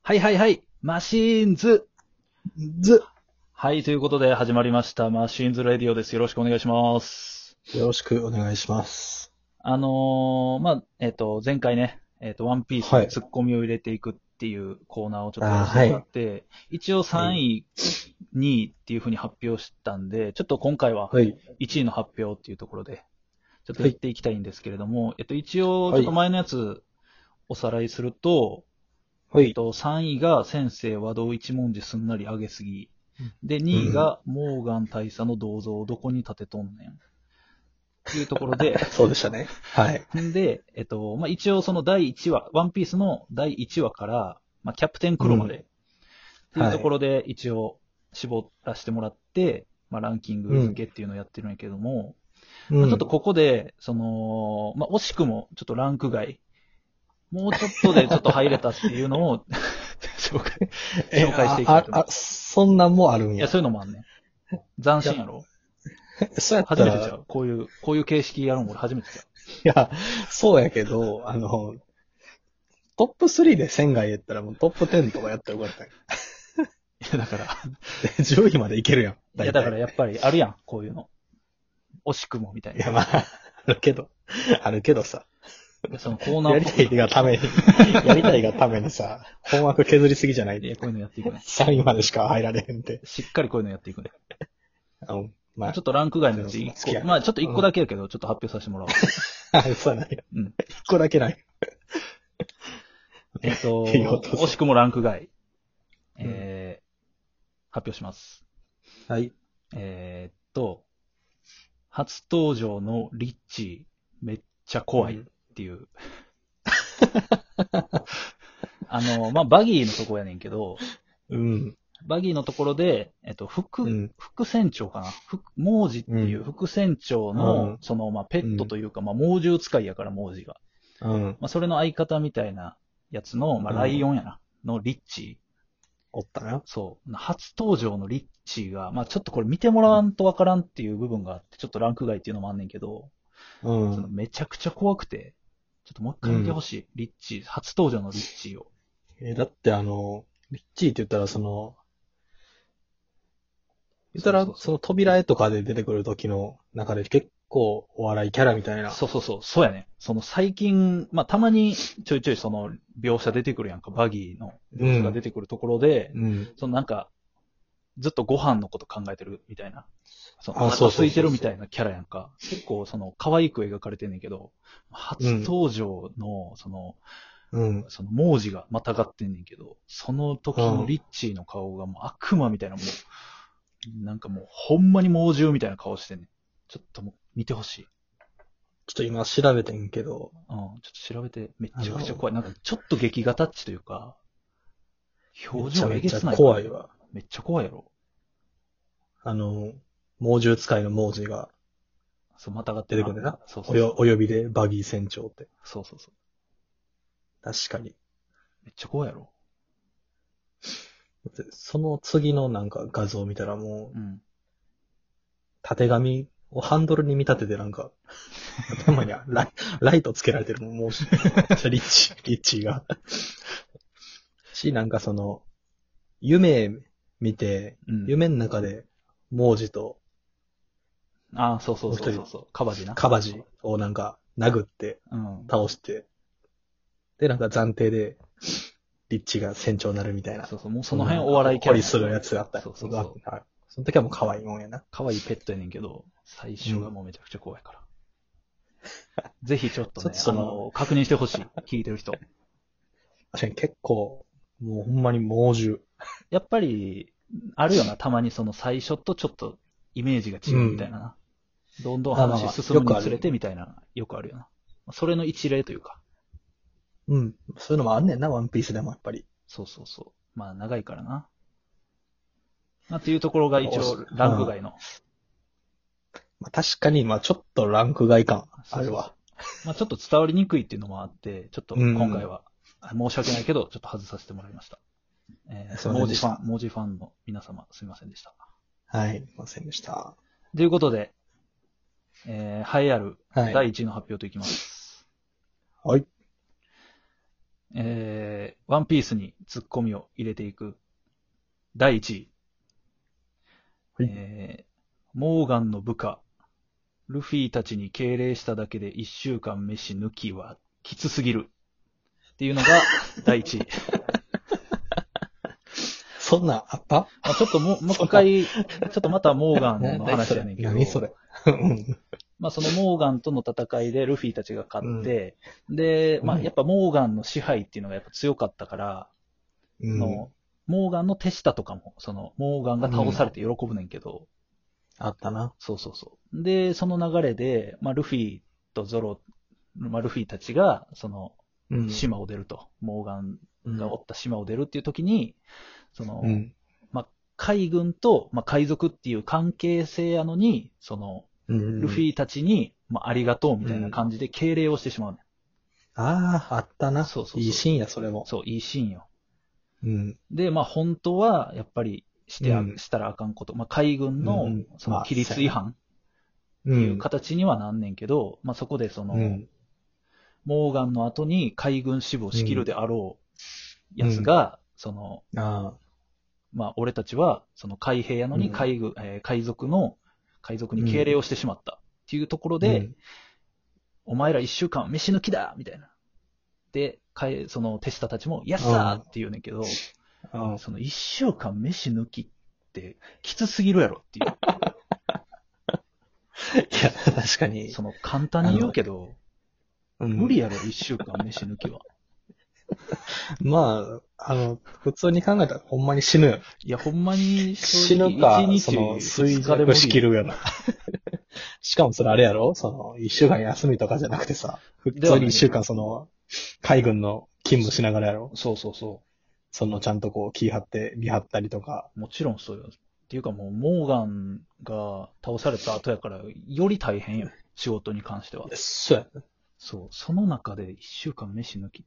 はいはいはい。マシーンズ。 ず、 はい、ということで始まりました。マシーンズレディオです。よろしくお願いします。 よろしくお願いします。 前回ね、ワンピースはい。 にツッコミを入れていくっていうコーナーをちょっとやらああ、 せてもらっはい。 て、一応3 はい。 位、2位っていう風に発表したんで、ちょっと今回ははい。 1位の発表っていうところで、ちょっとはい。 やっていきたいんですけれども、一応はい。 ちょっと前のやつおさらいすると、 はい。 3位が先生和道一文字すんなり上げすぎ。で、2位うん。 がモーガン大佐の銅像をどこに立てとんねん。っていうところで、 そうでしたね。はい。 んで、一応その第1話、ワンピースの第1話から、キャプテンクうん。 ロまでっていうはい。 ところで一応絞らせてもらって、ランキングうん。 付けっていうのをやってるんやけども、 うん。 ちょっとここで、惜しくもちょっとランク外、もうちょっとでちょっと入れたっていうのを紹介、紹介していきたいと思います。 そんなんもあるんいや、 や。 そういうのもあんねん。斬いや、 新やろ？ そうやったら、 初めてちゃう。こういう形式やるの俺初めてちゃう。 いや、そうやけど、トップ3で1000外やったらもうトップ10とかやったらよかったんや。 いや、だから、 で、10位までいけるやん。 いや、だから大体。 やっぱりあるやん、こういうの。惜しくもみたいな。 いや、まあ、あるけどさ。 でそのコーナーっぽくやりたいがために、やりたいがためにさ、本枠削りすぎじゃないいや、 で。 こういうのやっていくね。 3位までしか入られへんって。 しっかりこういうのやっていくね。 まあ、 ちょっとランク外のうち1個、 好きや。 ちょっと1個だけやけど、ちょっと発表させてもらおう。 そうなんや。 うん。 1個だけない。いいよ、どうぞ。 惜しくもランク外。 うん。 発表します。 はい。 初登場のリッチー、めっちゃ怖いっうん。 ていう。バギーのとこやねんけど、 うん。 バギーのところで、 うん。 副船長かな猛士っていううん。 副船長の、 うん。 ペットうん。 というか、猛獣使いやから猛士が。 うん。 それの相方みたいなやつの、ライうん。 オンやな。のリッチー。 おったな。 そう。初登場のリッチーが、ちょっとこれ見てもらわんとわからんっていう部分があって、ちょっとランク外っていうのもあんねんけど、 うん。 めちゃくちゃ怖くて、ちょっともう一回見てほうん。 しい。リッチー、初登場のリッチーを。 だってリッチーって言ったら言ったら、 そうそうそう。 その扉絵とかで出てくる時の中で結構お笑いキャラみたいな。 そうそうそう、そうやね。最近、たまにちょいちょいその描写出てくるやんか、バギーの描写が出うん。 てくるところで、 うん。 ずっとご飯のこと考えてるみたいな。おあ、そうそう腹空いてそうそう。 るみたいなキャラやんか。結構可愛く描かれてんねんけど、初うん。 登場のうん。 文字がまたがってんねんけど、その時のうん。 リッチーの顔がもう悪魔みたいな、なんかもうほんまに猛獣みたいな顔してんねん。ちょっともう見てほしい。 ちょっと今調べてんけど、 うん、ちょっと調べて、めあの、 ちゃくちゃ怖い。なんか、ちょっと劇画タッチというか、 め表情えげちゃめちゃつないからね。 怖いわ。 めっちゃ怖いやろ。 あの、猛獣使いの猛獣がそう、またがってな。 出てくるんだな。 そうそうそう。 お呼びでバギー船長って。 そうそうそう。 確かに。 めっちゃ怖いやろ。 その次のなんか画像を見たらもう、 うん。 縦紙をハンドルに見立ててなんか、頭にライトつけられてるもん、もう、リッチーが。なんか夢見て、 うん。 夢の中で、王子と、 ああ、そうそうもう一人、 そうそうそう。カバジな。 カバジをなんか、殴ってうん。 倒して、で、なんか暫定で、リッチが船長になるみたいな。 そうそう。もうそそんのななんかほ辺お笑いっこりするキャラなんやけど。 やつがあったよ。 そうそうそう。 はい。その時はもう可愛いもんやな。 可愛いペットやねんけど、最初がうん。 もうめちゃくちゃ怖いから。ぜひちょっとちょっね、 と確認してほしい。聞いてる人。 確かに結構、もうほんまに猛獣。 やっぱり、あるよな。たまに最初とちょっとイメージが違うみたいなな。どんどん話進むにつれてみたいな、よくあるよな。それの一例というか。 うん。そういうのもあんねんな、ワンピースでもやっぱり。 そうそうそう。長いからな。っていうところが一応、ランク外うん。 の。 まあ、確かに、まあちょっとランク外感そうそうそあるわ。 う。ちょっと伝わりにくいっていうのもあって、ちょっとうん。 今回は、申し訳ないけど、ちょっと外させてもらいました。 すいませんでした。 文字ファンの皆様、すみませんでした。 はい。すいませんでした。 ということで、栄えある第はい。 1位の発表といきます。 はい。 ワンピースにツッコミを入れていく。第1位。 はいモーガンの部下、ルフィたちに敬礼しただけで1週間飯抜きはきつすぎる。っていうのが第1位。 そんなんあった？ まあ、ちょっともう一回、ちょっとまたモーガンの話やねんけど。 何それまあそのモーガンとの戦いでルフィたちが勝って、で、まあやっぱモーガンの支配っていうのがやっぱ強かったから、モーガンの手下とかも、そのモーガンが倒されて喜ぶねんけど、 あったな。 そうそうそう。で、その流れで、まあルフィとゾロ、まあルフィたちが、その、島を出ると、モーガンがおった島を出るっていう時に、その、まあ海軍と、まあ海賊っていう関係性やのに、その、ルフィたちに、まあ、ありがとうみたいな感じで敬礼をしてしまうね。 ああ、あったな。 そうそうそう。 いいシーンや、それも。 そう、いいシーンよ。 うん。 で、まあ、本当は、やっぱりしたらあかんこと。まあ、海軍の、その、規律違反っていう形にはなんねんけど、まあ、そこでその、モーガンの後に海軍支部を仕切るであろうやつが、その、まあ、俺たちは、その海兵やのに海賊に敬礼をしてしまったっていうところで、お前ら1週間飯抜きだみたいな。で、その手下たちも、やっさーって言うねんけど、その1週間飯抜きってきつすぎるやろっていう。 いや、確かに。 その簡単に言うけど、無理やろ、1週間飯抜きは。 まあ、普通に考えたらほんまに死ぬよ。 いや、ほんまに死ぬか、その、衰弱しきるよな。しかもそれあれやろその、一週間休みとかじゃなくてさ、普通に一週間その、海軍の勤務しながらやろそうそうそう。 そのちゃんとこう、気張って見張ったりとか。 もちろんそうよ。っていうかもう、モーガンが倒された後やから、より大変よ。仕事に関しては。 そうやね。 そう。その中で一週間飯抜きって。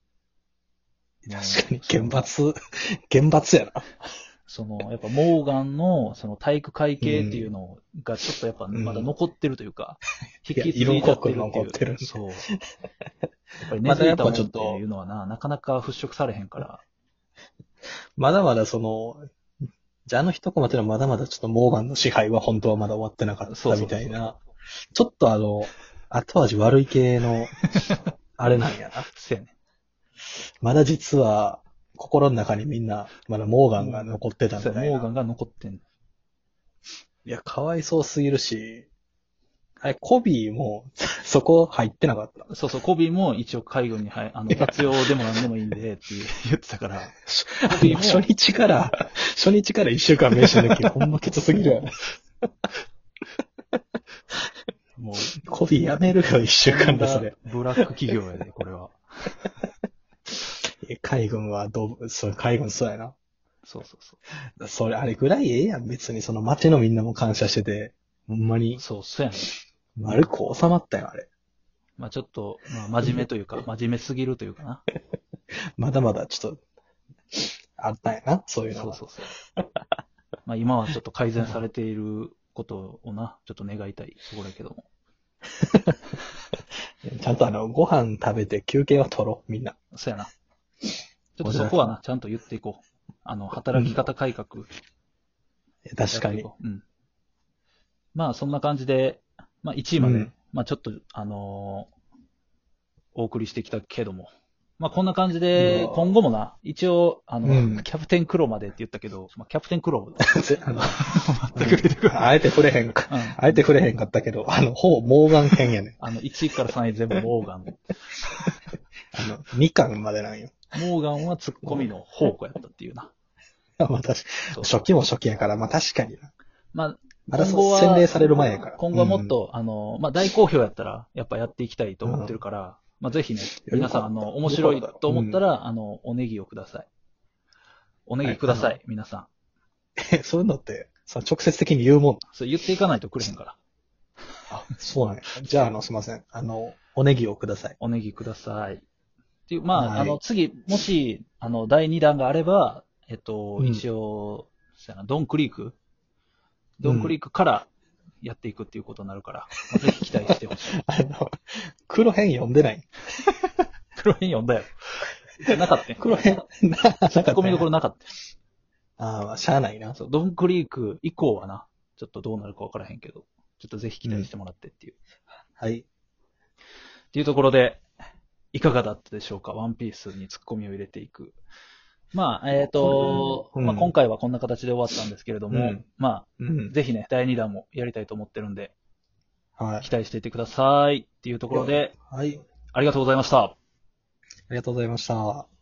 確かに、厳罰やな。 その、やっぱモーガンの、その体育会系っていうのがちょっとやっぱまだ残ってるというか、引き継いじゃってるっていう。そう。やっぱり根付いたもんっていうのはなかなか払拭されへんから。 まだまだその、じゃあ一コマっていうのはまだまだちょっとモーガンの支配は本当はまだ終わってなかったみたいな。ちょっと後味悪い系の、あれなんやな。 そうやね。 まだ実は、心の中にみんな、まだモーガンが残ってたみたいな。 モーガンが残ってんの。 いや、かわいそうすぎるし、コビーも、そこ入ってなかった。 そうそう、コビーも一応海軍に雑用でも何でもいいんでって言ってたから。コビーも初日から一週間飯抜き、ほんまきつすぎるやろ。もう、コビーやめるよ、一週間でそれ。 ブラック企業やで、これは。 海軍は海軍そうやな。 そうそうそう。 それ、あれぐらいええやん、別にその街のみんなも感謝してて、ほんまに。 そうやね。 丸く収まったよ、あれ。 まあちょっと、真面目というか、真面目すぎるというかな。 まだまだちょっと、あったんやな、そういうのが。 そう。まあ今はちょっと改善されていることをな、ちょっと願いたいところやけども。 ちゃんとご飯食べて休憩は取ろう、みんな。 そうやな。ちょっとそこはな、ちゃんと言っていこう。働き方改革。 確かに。 うん。まあそんな感じで、まあ1位まで、まあちょっと、お送りしてきたけども。まあこんな感じで、今後もな、一応、キャプテンクロまでって言ったけど、まあキャプテンクロあえて触れへんか。あえて触れへんかったけど、ほぼモーガン編やね。 1位から3位全部モーガン。 2巻までなんよ。 モーガンはツッコミの宝庫やったっていうな。 まあ確かに。初期も初期やから、まあ確かにな。 まあ、 まだ洗礼される前やから。 今後はもっと、まあ大好評やったら、やっぱやっていきたいと思ってるから、まあぜひね、皆さん、面白いと思ったら、おネギをください。おネギください、皆さん。そういうのって、直接的に言うもん。 そう言っていかないとくれへんから。 あ、そうなんや。じゃあ、すいません。おネギをください。 おネギください。っていう、まあ、次、もし、第2弾があれば、一応、ドンクリークからやっていくっていうことになるから、まあ、ぜひ期待してほしい。 黒編読んでない黒編読んだよ。 なかったよ。 黒編、なかった。 ツッコミどころなかった。 ああ、しゃあないな。 そう、ドンクリーク以降はな、ちょっとどうなるかわからへんけど、ちょっとぜひ期待してもらってっていう。 はい。 っていうところで、いかがだったでしょうか？ワンピースにツッコミを入れていく。まあ、まあ今回はこんな形で終わったんですけれども、まあ、ぜひね、第2弾もやりたいと思ってるんで、はい。期待していてくださいっていうところで、はい。ありがとうございました。 ありがとうございました。